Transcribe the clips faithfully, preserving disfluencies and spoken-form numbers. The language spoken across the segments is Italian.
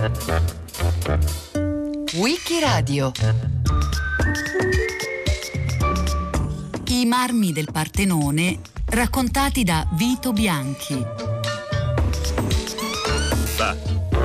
Wikiradio. I marmi del Partenone raccontati da Vito Bianchi. Va.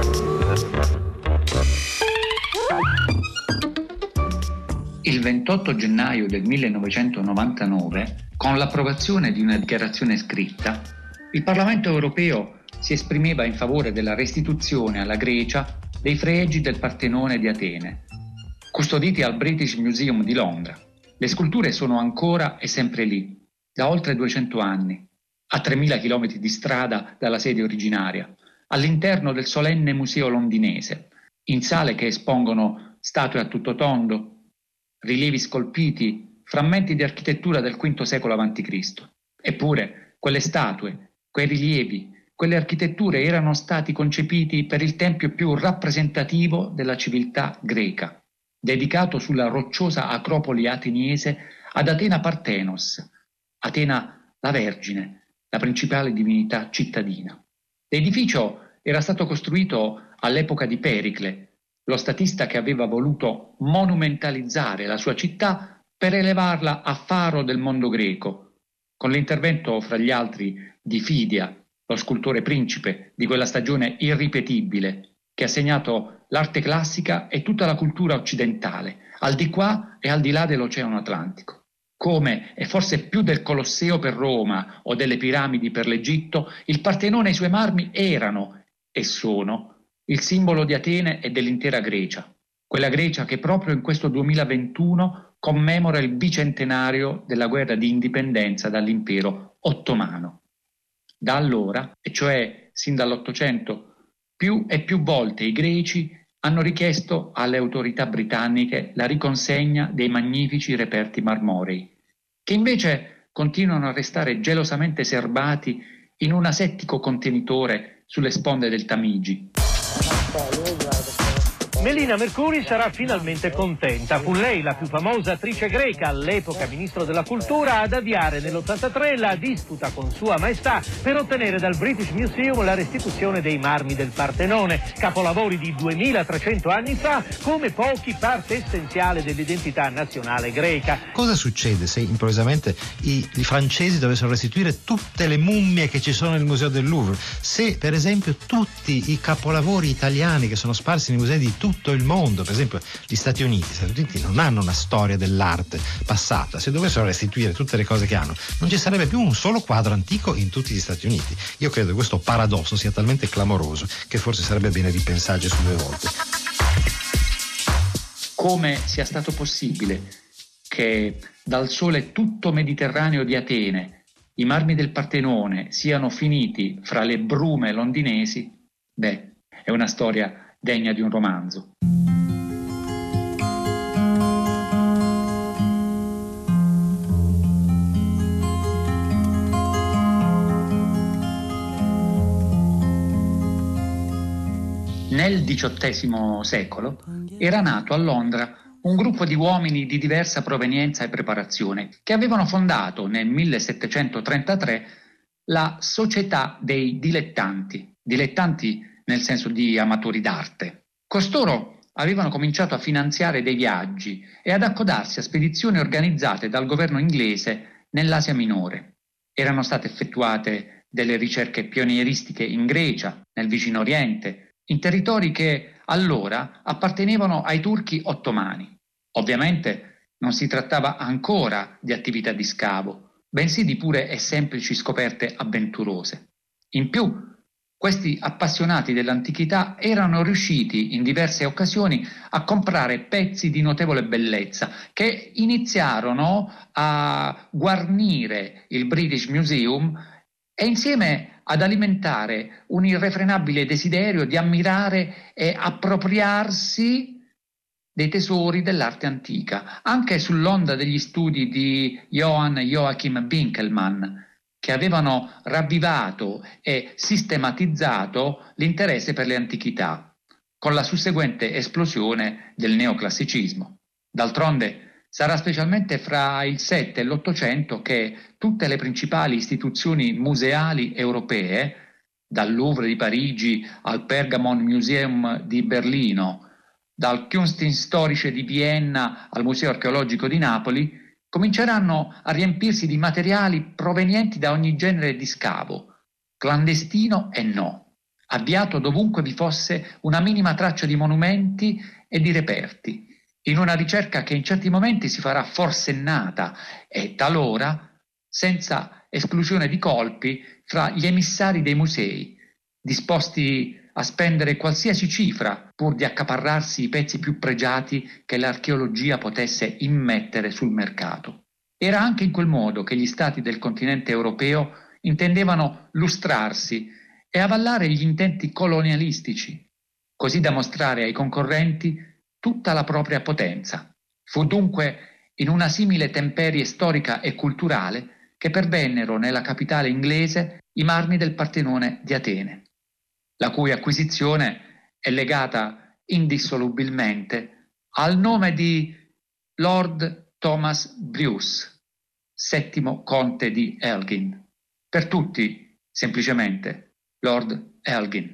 Il ventotto gennaio del millenovecentonovantanove, con l'approvazione di una dichiarazione scritta, il Parlamento europeo si esprimeva in favore della restituzione alla Grecia dei fregi del Partenone di Atene, custoditi al British Museum di Londra. Le sculture sono ancora e sempre lì, da oltre duecento anni, a tremila chilometri di strada dalla sede originaria, all'interno del solenne museo londinese, in sale che espongono statue a tutto tondo, rilievi scolpiti, frammenti di architettura del quinto secolo avanti Cristo. Eppure, quelle statue, quei rilievi, quelle architetture erano stati concepiti per il tempio più rappresentativo della civiltà greca, dedicato sulla rocciosa acropoli ateniese ad Atena Parthenos, Atena la Vergine, la principale divinità cittadina. L'edificio era stato costruito all'epoca di Pericle, lo statista che aveva voluto monumentalizzare la sua città per elevarla a faro del mondo greco, con l'intervento, fra gli altri, di Fidia, lo scultore principe di quella stagione irripetibile che ha segnato l'arte classica e tutta la cultura occidentale, al di qua e al di là dell'Oceano Atlantico. Come, e forse più del Colosseo per Roma o delle piramidi per l'Egitto, il Partenone e i suoi marmi erano e sono il simbolo di Atene e dell'intera Grecia, quella Grecia che proprio in questo duemilaventuno commemora il bicentenario della guerra di indipendenza dall'impero ottomano. Da allora, e cioè sin dall'Ottocento, più e più volte i greci hanno richiesto alle autorità britanniche la riconsegna dei magnifici reperti marmorei, che invece continuano a restare gelosamente serbati in un asettico contenitore sulle sponde del Tamigi. Melina Mercuri sarà finalmente contenta. Fu lei, la più famosa attrice greca, all'epoca ministro della cultura, ad avviare nell'ottantatré la disputa con Sua Maestà per ottenere dal British Museum la restituzione dei marmi del Partenone, capolavori di duemilatrecento anni fa, come pochi parte essenziale dell'identità nazionale greca. Cosa succede se improvvisamente i, i francesi dovessero restituire tutte le mummie che ci sono nel museo del Louvre? Se, per esempio, tutti i capolavori italiani che sono sparsi nei musei di tutti tutto il mondo, per esempio gli Stati Uniti, gli Stati Uniti non hanno una storia dell'arte passata, se dovessero restituire tutte le cose che hanno non ci sarebbe più un solo quadro antico in tutti gli Stati Uniti. Io credo che questo paradosso sia talmente clamoroso che forse sarebbe bene ripensarci su due volte. Come sia stato possibile che dal sole tutto mediterraneo di Atene i marmi del Partenone siano finiti fra le brume londinesi, beh, è una storia degna di un romanzo. Nel diciottesimo secolo era nato a Londra un gruppo di uomini di diversa provenienza e preparazione che avevano fondato nel millesettecentotrentatré la Società dei Dilettanti, dilettanti nel senso di amatori d'arte. Costoro avevano cominciato a finanziare dei viaggi e ad accodarsi a spedizioni organizzate dal governo inglese nell'Asia Minore. Erano state effettuate delle ricerche pionieristiche in Grecia, nel Vicino Oriente, in territori che allora appartenevano ai turchi ottomani. Ovviamente non si trattava ancora di attività di scavo, bensì di pure e semplici scoperte avventurose. In più, questi appassionati dell'antichità erano riusciti in diverse occasioni a comprare pezzi di notevole bellezza che iniziarono a guarnire il British Museum e insieme ad alimentare un irrefrenabile desiderio di ammirare e appropriarsi dei tesori dell'arte antica, anche sull'onda degli studi di Johann Joachim Winckelmann, che avevano ravvivato e sistematizzato l'interesse per le antichità, con la susseguente esplosione del neoclassicismo. D'altronde, sarà specialmente fra il sette e l'Ottocento che tutte le principali istituzioni museali europee dal Louvre di Parigi al Pergamon Museum di Berlino, dal Kunsthistorische di Vienna al Museo Archeologico di Napoli, cominceranno a riempirsi di materiali provenienti da ogni genere di scavo, clandestino e no, avviato dovunque vi fosse una minima traccia di monumenti e di reperti, in una ricerca che in certi momenti si farà forsennata e talora senza esclusione di colpi fra gli emissari dei musei, disposti a spendere qualsiasi cifra pur di accaparrarsi i pezzi più pregiati che l'archeologia potesse immettere sul mercato. Era anche in quel modo che gli stati del continente europeo intendevano lustrarsi e avallare gli intenti colonialistici, così da mostrare ai concorrenti tutta la propria potenza. Fu dunque in una simile temperie storica e culturale che pervennero nella capitale inglese i marmi del Partenone di Atene, la cui acquisizione è legata indissolubilmente al nome di Lord Thomas Bruce, settimo conte di Elgin. Per tutti, semplicemente, Lord Elgin.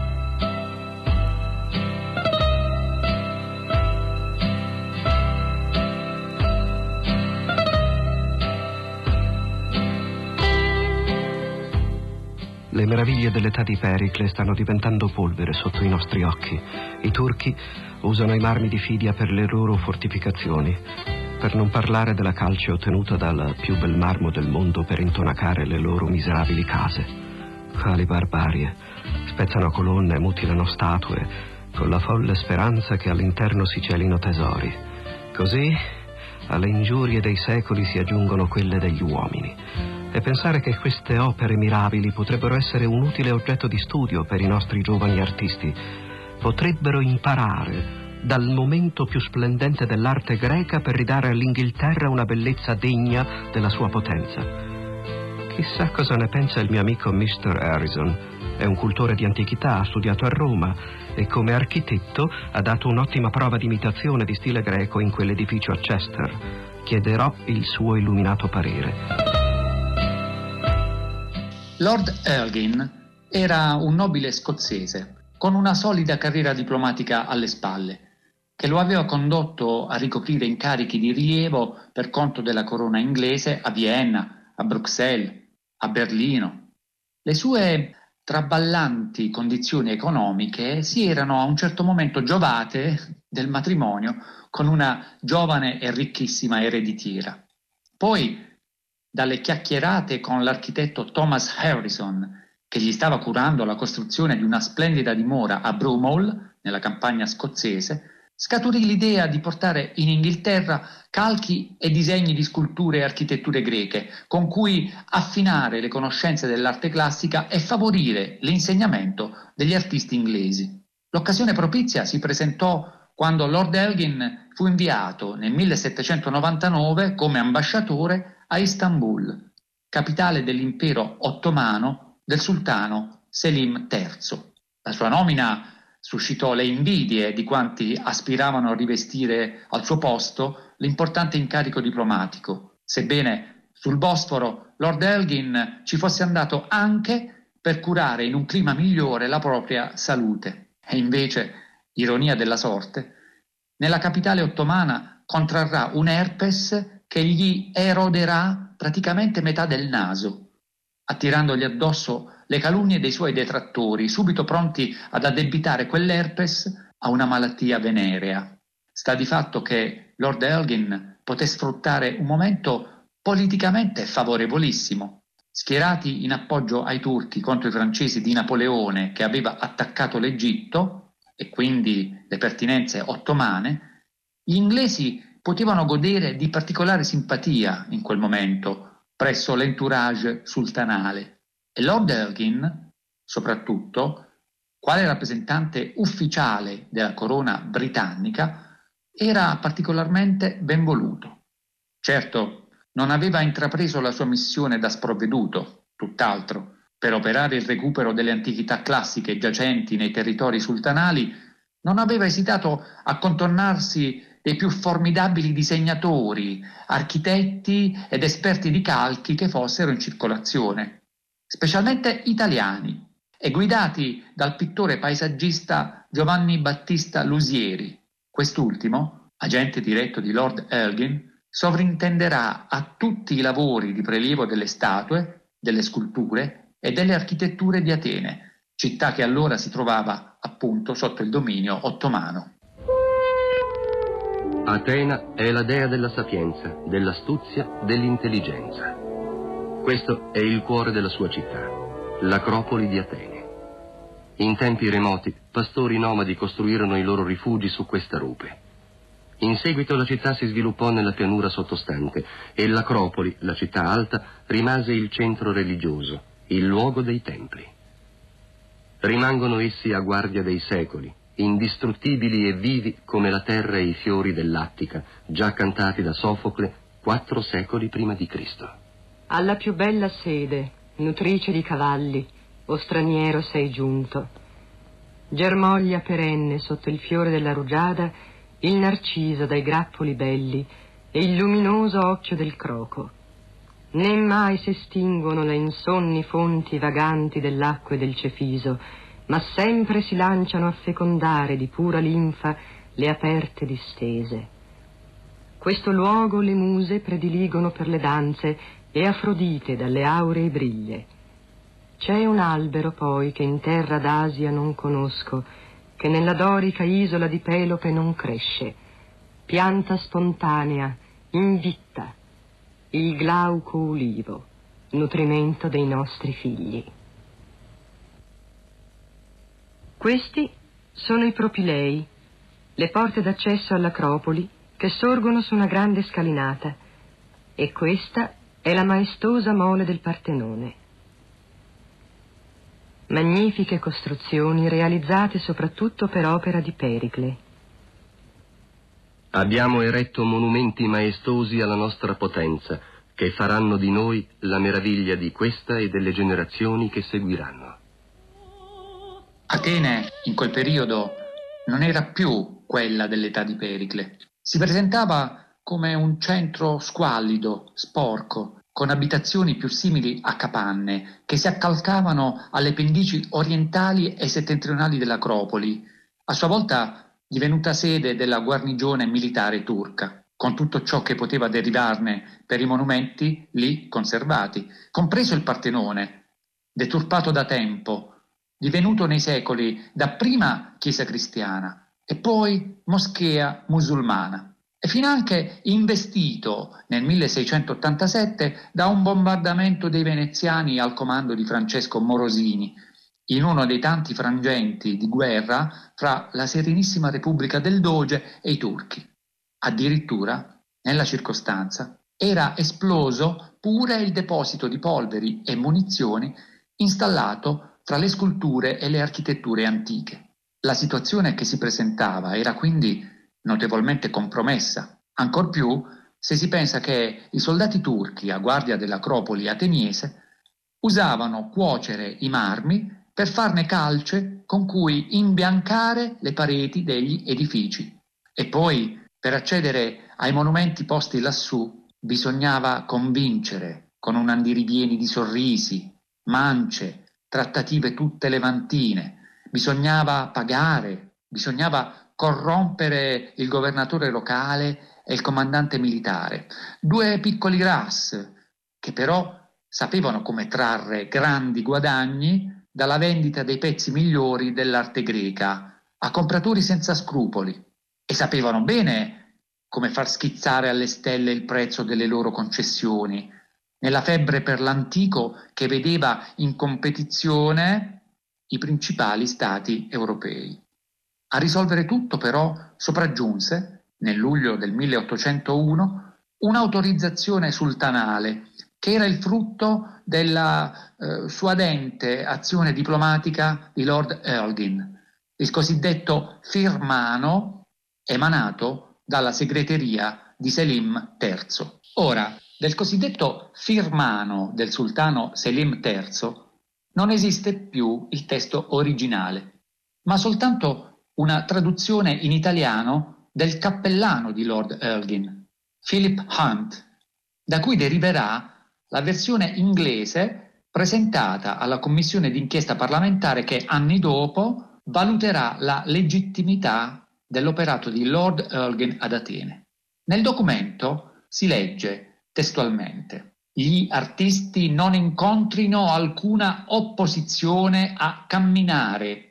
Le meraviglie dell'età di Pericle stanno diventando polvere sotto i nostri occhi. I turchi usano i marmi di Fidia per le loro fortificazioni, per non parlare della calce ottenuta dal più bel marmo del mondo per intonacare le loro miserabili case. Quali barbarie! Spezzano colonne, mutilano statue, con la folle speranza che all'interno si celino tesori. Così alle ingiurie dei secoli si aggiungono quelle degli uomini. E pensare che queste opere mirabili potrebbero essere un utile oggetto di studio per i nostri giovani artisti, potrebbero imparare dal momento più splendente dell'arte greca per ridare all'Inghilterra una bellezza degna della sua potenza. Chissà cosa ne pensa il mio amico mister Harrison. È un cultore di antichità, ha studiato a Roma e come architetto ha dato un'ottima prova di imitazione di stile greco in quell'edificio a Chester. Chiederò il suo illuminato parere. Lord Elgin era un nobile scozzese con una solida carriera diplomatica alle spalle, che lo aveva condotto a ricoprire incarichi di rilievo per conto della corona inglese a Vienna, a Bruxelles, a Berlino. Le sue traballanti condizioni economiche si erano a un certo momento giovate del matrimonio con una giovane e ricchissima ereditiera. Poi, dalle chiacchierate con l'architetto Thomas Harrison, che gli stava curando la costruzione di una splendida dimora a Broomhall, nella campagna scozzese, scaturì l'idea di portare in Inghilterra calchi e disegni di sculture e architetture greche, con cui affinare le conoscenze dell'arte classica e favorire l'insegnamento degli artisti inglesi. L'occasione propizia si presentò quando Lord Elgin fu inviato nel millesettecentonovantanove come ambasciatore a Istanbul, capitale dell'impero ottomano del sultano Selim terzo. La sua nomina suscitò le invidie di quanti aspiravano a rivestire al suo posto l'importante incarico diplomatico, sebbene sul Bosforo Lord Elgin ci fosse andato anche per curare in un clima migliore la propria salute. E invece, ironia della sorte, nella capitale ottomana contrarrà un herpes che gli eroderà praticamente metà del naso, attirandogli addosso le calunnie dei suoi detrattori, subito pronti ad addebitare quell'herpes a una malattia venerea. Sta di fatto che Lord Elgin poté sfruttare un momento politicamente favorevolissimo. Schierati in appoggio ai turchi contro i francesi di Napoleone, che aveva attaccato l'Egitto, e quindi le pertinenze ottomane, gli inglesi potevano godere di particolare simpatia in quel momento presso l'entourage sultanale. E Lord Elgin, soprattutto, quale rappresentante ufficiale della corona britannica, era particolarmente ben voluto. Certo, non aveva intrapreso la sua missione da sprovveduto, tutt'altro. Per operare il recupero delle antichità classiche giacenti nei territori sultanali, non aveva esitato a contornarsi dei più formidabili disegnatori, architetti ed esperti di calchi che fossero in circolazione, specialmente italiani, e guidati dal pittore paesaggista Giovanni Battista Lusieri. Quest'ultimo, agente diretto di Lord Elgin, sovrintenderà a tutti i lavori di prelievo delle statue, delle sculture e delle architetture di Atene, città che allora si trovava appunto sotto il dominio ottomano. Atena è la dea della sapienza, dell'astuzia, dell'intelligenza. Questo è il cuore della sua città, l'Acropoli di Atene. In tempi remoti, pastori nomadi costruirono i loro rifugi su questa rupe. In seguito la città si sviluppò nella pianura sottostante e l'Acropoli, la città alta, rimase il centro religioso, il luogo dei templi. Rimangono essi a guardia dei secoli, indistruttibili e vivi come la terra e i fiori dell'Attica, già cantati da Sofocle quattro secoli prima di Cristo. Alla più bella sede, nutrice di cavalli, o straniero sei giunto. Germoglia perenne sotto il fiore della rugiada, il narciso dai grappoli belli e il luminoso occhio del croco. Né mai si estinguono le insonni fonti vaganti dell'acqua e del cefiso, ma sempre si lanciano a fecondare di pura linfa le aperte distese. Questo luogo le muse prediligono per le danze e Afrodite dalle auree briglie. C'è un albero poi che in terra d'Asia non conosco, che nella dorica isola di Pelope non cresce, pianta spontanea, invitta, il glauco ulivo, nutrimento dei nostri figli. Questi sono i propilei, le porte d'accesso all'Acropoli che sorgono su una grande scalinata, e questa è la maestosa mole del Partenone. Magnifiche costruzioni realizzate soprattutto per opera di Pericle. Abbiamo eretto monumenti maestosi alla nostra potenza, che faranno di noi la meraviglia di questa e delle generazioni che seguiranno. Atene in quel periodo non era più quella dell'età di Pericle. Si presentava come un centro squallido, sporco, con abitazioni più simili a capanne che si accalcavano alle pendici orientali e settentrionali dell'Acropoli, a sua volta divenuta sede della guarnigione militare turca, con tutto ciò che poteva derivarne per i monumenti lì conservati, compreso il Partenone, deturpato da tempo, divenuto nei secoli dapprima chiesa cristiana e poi moschea musulmana, e finanche investito nel milleseicentottantasette da un bombardamento dei veneziani al comando di Francesco Morosini, in uno dei tanti frangenti di guerra fra la Serenissima Repubblica del Doge e i turchi. Addirittura, nella circostanza, era esploso pure il deposito di polveri e munizioni installato fra le sculture e le architetture antiche. La situazione che si presentava era quindi notevolmente compromessa, ancor più se si pensa che i soldati turchi a guardia dell'Acropoli ateniese usavano cuocere i marmi per farne calce con cui imbiancare le pareti degli edifici. E poi, per accedere ai monumenti posti lassù, bisognava convincere con un andirivieni di sorrisi, mance, trattative tutte levantine, bisognava pagare, bisognava corrompere il governatore locale e il comandante militare, due piccoli ras che però sapevano come trarre grandi guadagni dalla vendita dei pezzi migliori dell'arte greca a compratori senza scrupoli, e sapevano bene come far schizzare alle stelle il prezzo delle loro concessioni, nella febbre per l'antico che vedeva in competizione i principali stati europei. A risolvere tutto però sopraggiunse, nel luglio del milleottocentouno, un'autorizzazione sultanale che era il frutto della eh, suadente azione diplomatica di Lord Elgin, il cosiddetto firmano emanato dalla segreteria di Selim terzo. Ora, del cosiddetto firmano del sultano Selim terzo non esiste più il testo originale, ma soltanto una traduzione in italiano del cappellano di Lord Elgin, Philip Hunt, da cui deriverà la versione inglese presentata alla commissione d'inchiesta parlamentare che anni dopo valuterà la legittimità dell'operato di Lord Elgin ad Atene. Nel documento si legge testualmente: gli artisti non incontrino alcuna opposizione a camminare,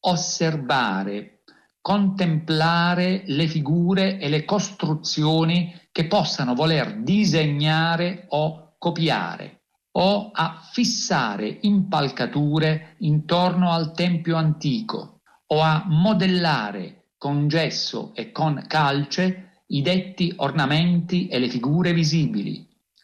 osservare, contemplare le figure e le costruzioni che possano voler disegnare o copiare, o a fissare impalcature intorno al tempio antico, o a modellare con gesso e con calce i detti ornamenti e le figure visibili,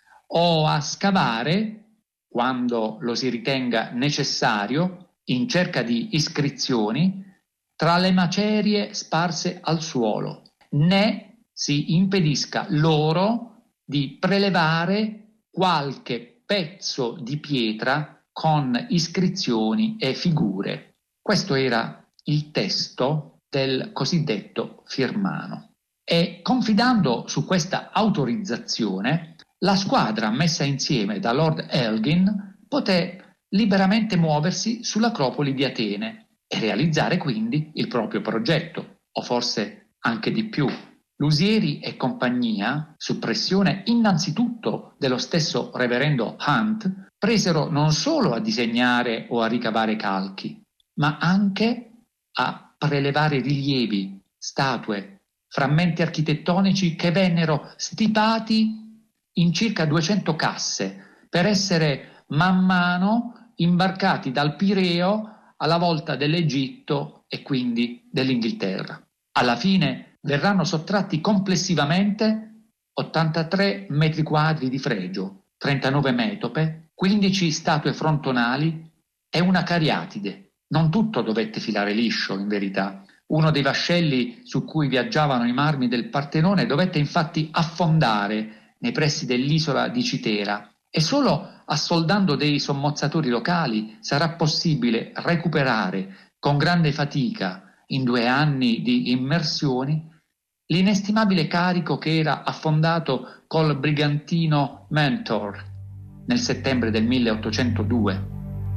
o a scavare, quando lo si ritenga necessario, in cerca di iscrizioni, tra le macerie sparse al suolo, né si impedisca loro di prelevare qualche pezzo di pietra con iscrizioni e figure. Questo era il testo del cosiddetto Firmano. E confidando su questa autorizzazione, la squadra messa insieme da Lord Elgin poté liberamente muoversi sull'Acropoli di Atene e realizzare quindi il proprio progetto, o forse anche di più. Lusieri e compagnia, su pressione innanzitutto dello stesso reverendo Hunt, presero non solo a disegnare o a ricavare calchi, ma anche a prelevare rilievi, statue, frammenti architettonici che vennero stipati in circa duecento casse per essere man mano imbarcati dal Pireo alla volta dell'Egitto e quindi dell'Inghilterra. Alla fine verranno sottratti complessivamente ottantatré metri quadri di fregio, trentanove metope, quindici statue frontonali e una cariatide. Non tutto dovette filare liscio, in verità. Uno dei vascelli su cui viaggiavano i marmi del Partenone dovette infatti affondare nei pressi dell'isola di Citera e solo assoldando dei sommozzatori locali sarà possibile recuperare con grande fatica, in due anni di immersioni, l'inestimabile carico che era affondato col brigantino Mentor nel settembre del milleottocentodue.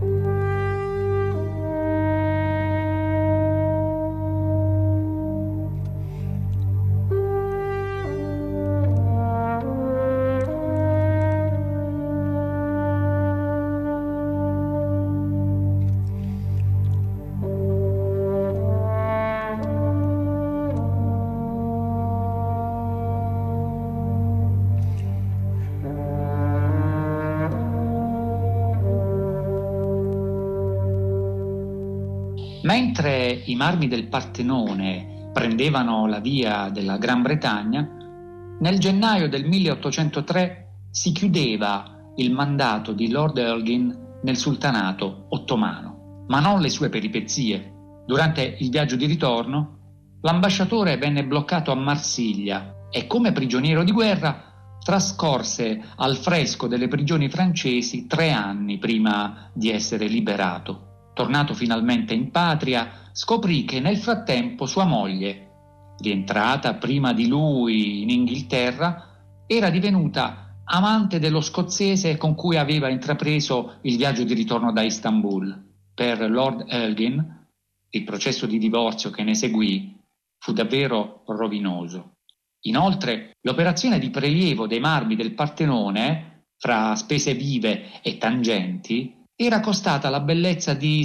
Mentre i marmi del Partenone prendevano la via della Gran Bretagna, nel gennaio del milleottocentotre si chiudeva il mandato di Lord Elgin nel sultanato ottomano, ma non le sue peripezie. Durante il viaggio di ritorno, l'ambasciatore venne bloccato a Marsiglia e come prigioniero di guerra trascorse al fresco delle prigioni francesi tre anni prima di essere liberato. Tornato finalmente in patria, scoprì che nel frattempo sua moglie, rientrata prima di lui in Inghilterra, era divenuta amante dello scozzese con cui aveva intrapreso il viaggio di ritorno da Istanbul. Per Lord Elgin, il processo di divorzio che ne seguì fu davvero rovinoso. Inoltre, l'operazione di prelievo dei marmi del Partenone, fra spese vive e tangenti, era costata la bellezza di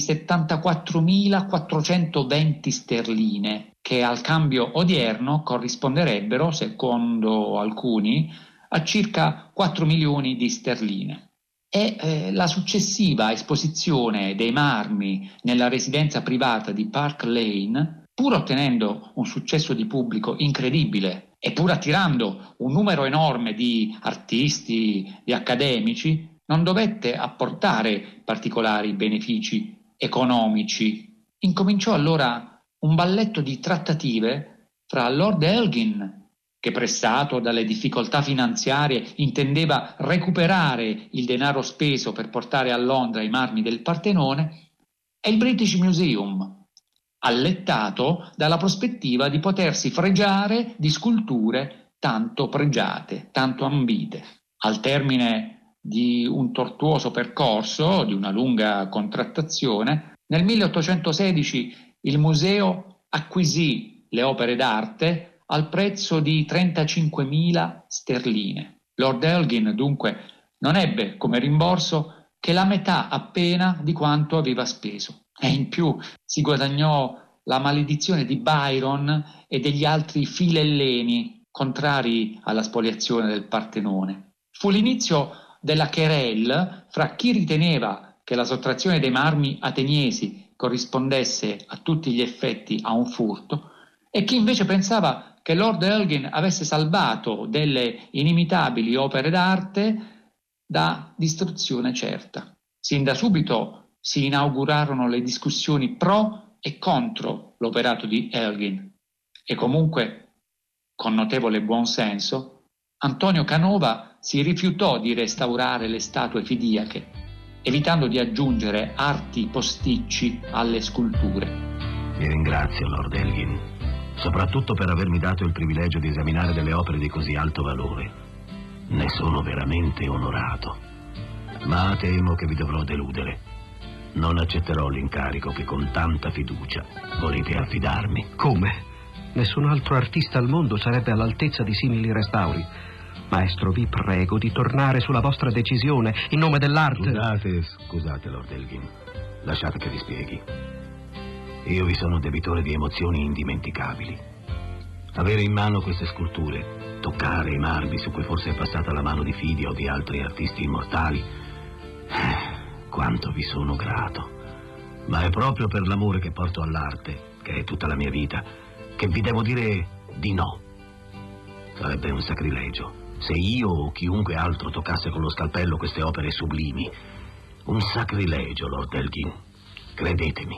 settantaquattromilaquattrocentoventi sterline, che al cambio odierno corrisponderebbero, secondo alcuni, a circa quattro milioni di sterline. E eh, la successiva esposizione dei marmi nella residenza privata di Park Lane, pur ottenendo un successo di pubblico incredibile e pur attirando un numero enorme di artisti, di accademici, non dovette apportare particolari benefici economici. Incominciò allora un balletto di trattative fra Lord Elgin, che pressato dalle difficoltà finanziarie intendeva recuperare il denaro speso per portare a Londra i marmi del Partenone, e il British Museum, allettato dalla prospettiva di potersi fregiare di sculture tanto pregiate, tanto ambite. Al termine di un tortuoso percorso, di una lunga contrattazione, nel milleottocentosedici il museo acquisì le opere d'arte al prezzo di trentacinquemila sterline. Lord Elgin dunque non ebbe come rimborso che la metà appena di quanto aveva speso, e in più si guadagnò la maledizione di Byron e degli altri filelleni contrari alla spoliazione del Partenone. Fu l'inizio della querelle fra chi riteneva che la sottrazione dei marmi ateniesi corrispondesse a tutti gli effetti a un furto e chi invece pensava che Lord Elgin avesse salvato delle inimitabili opere d'arte da distruzione certa. Sin da subito si inaugurarono le discussioni pro e contro l'operato di Elgin e comunque, con notevole buonsenso, Antonio Canova si rifiutò di restaurare le statue fidiache, evitando di aggiungere arti posticci alle sculture. Vi ringrazio, Lord Elgin, soprattutto per avermi dato il privilegio di esaminare delle opere di così alto valore. Ne sono veramente onorato, ma temo che vi dovrò deludere. Non accetterò l'incarico che con tanta fiducia volete affidarmi. Come? Nessun altro artista al mondo sarebbe all'altezza di simili restauri. Maestro, vi prego di tornare sulla vostra decisione in nome dell'arte. Scusate, scusate, Lord Elgin. Lasciate che vi spieghi. Io vi sono debitore di emozioni indimenticabili. Avere in mano queste sculture, toccare i marmi su cui forse è passata la mano di Fidia o di altri artisti immortali, eh, quanto vi sono grato. Ma è proprio per l'amore che porto all'arte, che è tutta la mia vita, che vi devo dire di no. Sarebbe un sacrilegio se io o chiunque altro toccasse con lo scalpello queste opere sublimi. Un sacrilegio, Lord Elgin, credetemi.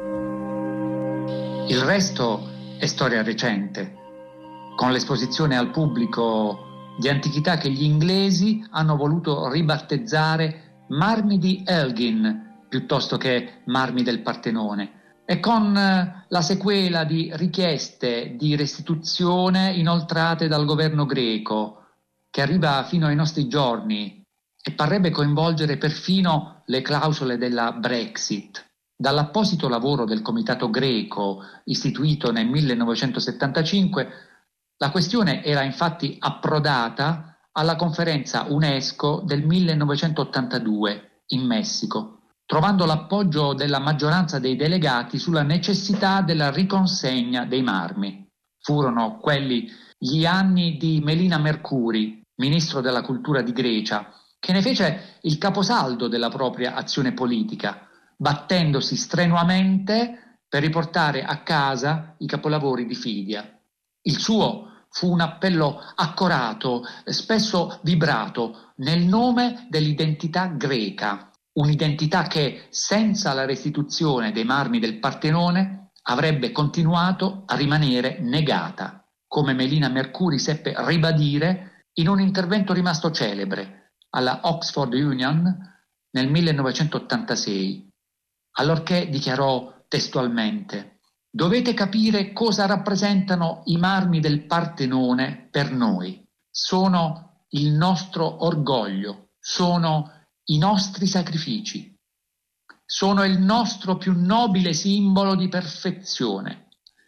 Il resto è storia recente, con l'esposizione al pubblico di antichità che gli inglesi hanno voluto ribattezzare marmi di Elgin piuttosto che marmi del Partenone, e con la sequela di richieste di restituzione inoltrate dal governo greco, che arriva fino ai nostri giorni e parrebbe coinvolgere perfino le clausole della Brexit. Dall'apposito lavoro del Comitato greco istituito nel millenovecentosettantacinque, la questione era infatti approdata alla conferenza UNESCO del millenovecentottantadue in Messico, trovando l'appoggio della maggioranza dei delegati sulla necessità della riconsegna dei marmi. Furono quelli gli anni di Melina Mercuri, ministro della cultura di Grecia, che ne fece il caposaldo della propria azione politica, battendosi strenuamente per riportare a casa i capolavori di Fidia. Il suo fu un appello accorato, spesso vibrato, nel nome dell'identità greca, un'identità che, senza la restituzione dei marmi del Partenone, avrebbe continuato a rimanere negata, come Melina Mercuri seppe ribadire in un intervento rimasto celebre alla Oxford Union nel millenovecentottantasei, allorché dichiarò testualmente: «Dovete capire cosa rappresentano i marmi del Partenone per noi. Sono il nostro orgoglio, sono i nostri sacrifici, sono il nostro più nobile simbolo di perfezione,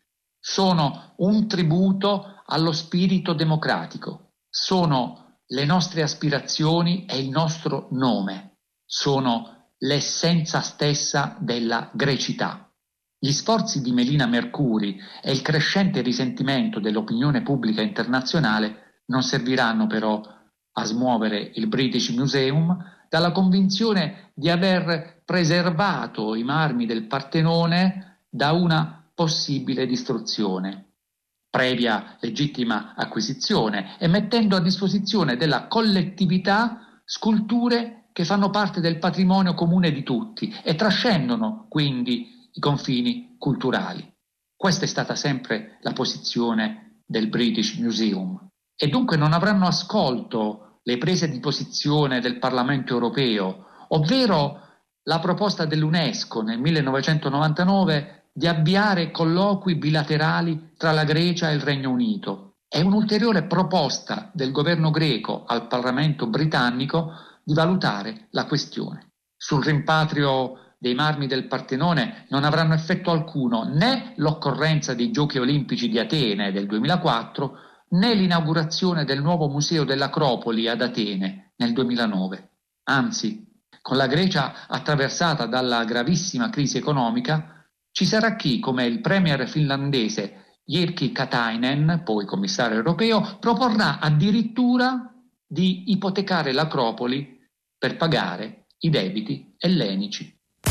sono un tributo allo spirito democratico, sono le nostre aspirazioni e il nostro nome, sono l'essenza stessa della grecità». Gli sforzi di Melina Mercuri e il crescente risentimento dell'opinione pubblica internazionale non serviranno però a smuovere il British Museum dalla convinzione di aver preservato i marmi del Partenone da una possibile distruzione, previa legittima acquisizione, e mettendo a disposizione della collettività sculture che fanno parte del patrimonio comune di tutti e trascendono quindi i confini culturali. Questa è stata sempre la posizione del British Museum, e dunque non avranno ascolto le prese di posizione del Parlamento europeo, ovvero la proposta dell'UNESCO nel millenovecentonovantanove di avviare colloqui bilaterali tra la Grecia e il Regno Unito, e un'ulteriore proposta del governo greco al Parlamento britannico di valutare la questione. Sul rimpatrio dei marmi del Partenone non avranno effetto alcuno né l'occorrenza dei Giochi Olimpici di Atene del duemilaquattro né l'inaugurazione del nuovo museo dell'Acropoli ad Atene nel duemilanove. Anzi, con la Grecia attraversata dalla gravissima crisi economica, ci sarà chi, come il premier finlandese Jyrki Katainen, poi commissario europeo, proporrà addirittura di ipotecare l'Acropoli per pagare i debiti ellenici.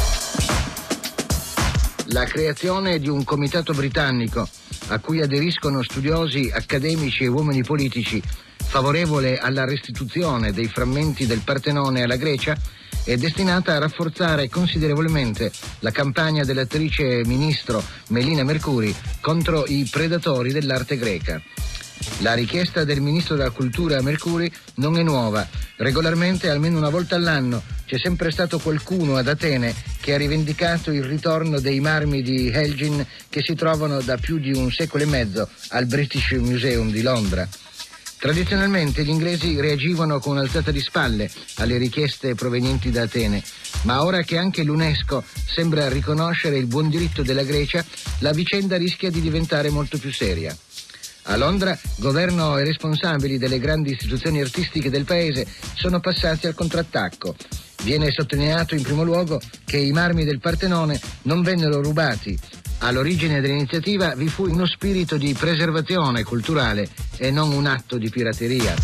La creazione di un comitato britannico a cui aderiscono studiosi, accademici e uomini politici favorevole alla restituzione dei frammenti del Partenone alla Grecia è destinata a rafforzare considerevolmente la campagna dell'attrice ministro Melina Mercouri contro i predatori dell'arte greca. La richiesta del ministro della cultura Mercouri non è nuova. Regolarmente, almeno una volta all'anno, c'è sempre stato qualcuno ad Atene che ha rivendicato il ritorno dei marmi di Elgin che si trovano da più di un secolo e mezzo al British Museum di Londra. Tradizionalmente gli inglesi reagivano con un'alzata di spalle alle richieste provenienti da Atene, ma ora che anche l'UNESCO sembra riconoscere il buon diritto della Grecia, la vicenda rischia di diventare molto più seria. A Londra, governo e responsabili delle grandi istituzioni artistiche del paese sono passati al contrattacco. Viene sottolineato in primo luogo che i marmi del Partenone non vennero rubati. All'origine dell'iniziativa vi fu uno spirito di preservazione culturale e non un atto di pirateria.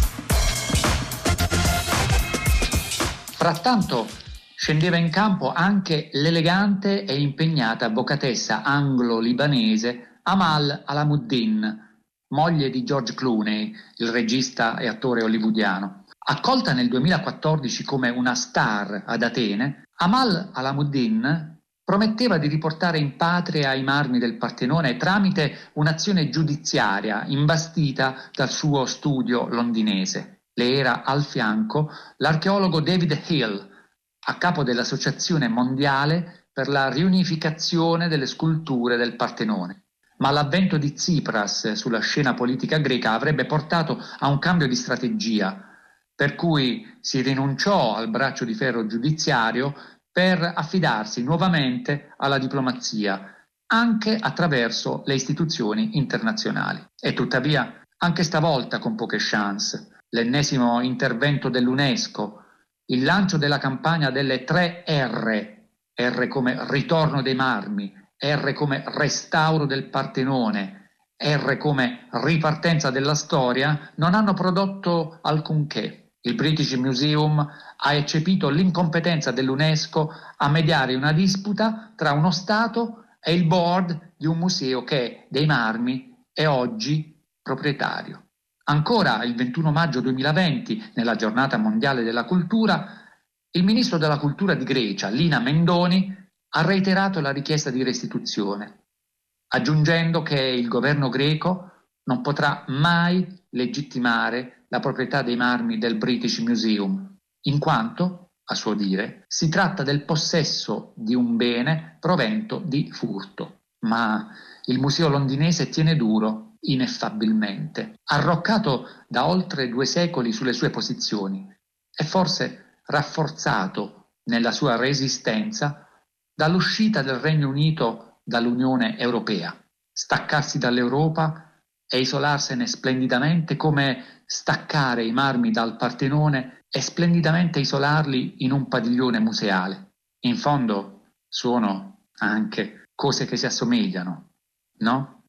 Frattanto scendeva in campo anche l'elegante e impegnata avvocatessa anglo-libanese Amal Alamuddin, moglie di George Clooney, il regista e attore hollywoodiano. Accolta nel duemilaquattordici come una star ad Atene, Amal Alamuddin prometteva di riportare in patria i marmi del Partenone tramite un'azione giudiziaria imbastita dal suo studio londinese. Le era al fianco l'archeologo David Hill, a capo dell'Associazione Mondiale per la riunificazione delle sculture del Partenone. Ma l'avvento di Tsipras sulla scena politica greca avrebbe portato a un cambio di strategia, per cui si rinunciò al braccio di ferro giudiziario per affidarsi nuovamente alla diplomazia, anche attraverso le istituzioni internazionali. E tuttavia, anche stavolta con poche chance, l'ennesimo intervento dell'UNESCO, il lancio della campagna delle tre R, R come ritorno dei marmi, R come restauro del Partenone, R come ripartenza della storia, non hanno prodotto alcunché. Il British Museum ha eccepito l'incompetenza dell'UNESCO a mediare una disputa tra uno Stato e il board di un museo che dei marmi è oggi proprietario. Ancora il ventuno maggio duemilaventi, nella giornata mondiale della cultura, il ministro della cultura di Grecia, Lina Mendoni, ha reiterato la richiesta di restituzione, aggiungendo che il governo greco non potrà mai legittimare la proprietà dei marmi del British Museum, in quanto, a suo dire, si tratta del possesso di un bene provento di furto. Ma il museo londinese tiene duro, ineffabilmente, arroccato da oltre due secoli sulle sue posizioni e forse rafforzato nella sua resistenza dall'uscita del Regno Unito dall'Unione Europea. Staccarsi dall'Europa e isolarsene splendidamente come staccare i marmi dal Partenone e splendidamente isolarli in un padiglione museale. In fondo sono anche cose che si assomigliano, no?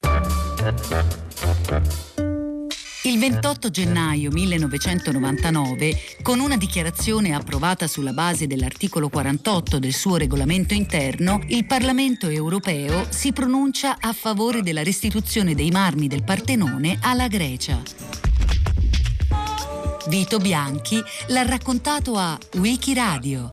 Il ventotto gennaio millenovecentonovantanove, con una dichiarazione approvata sulla base dell'articolo quarantotto del suo regolamento interno, il Parlamento europeo si pronuncia a favore della restituzione dei marmi del Partenone alla Grecia. Vito Bianchi l'ha raccontato a Wikiradio.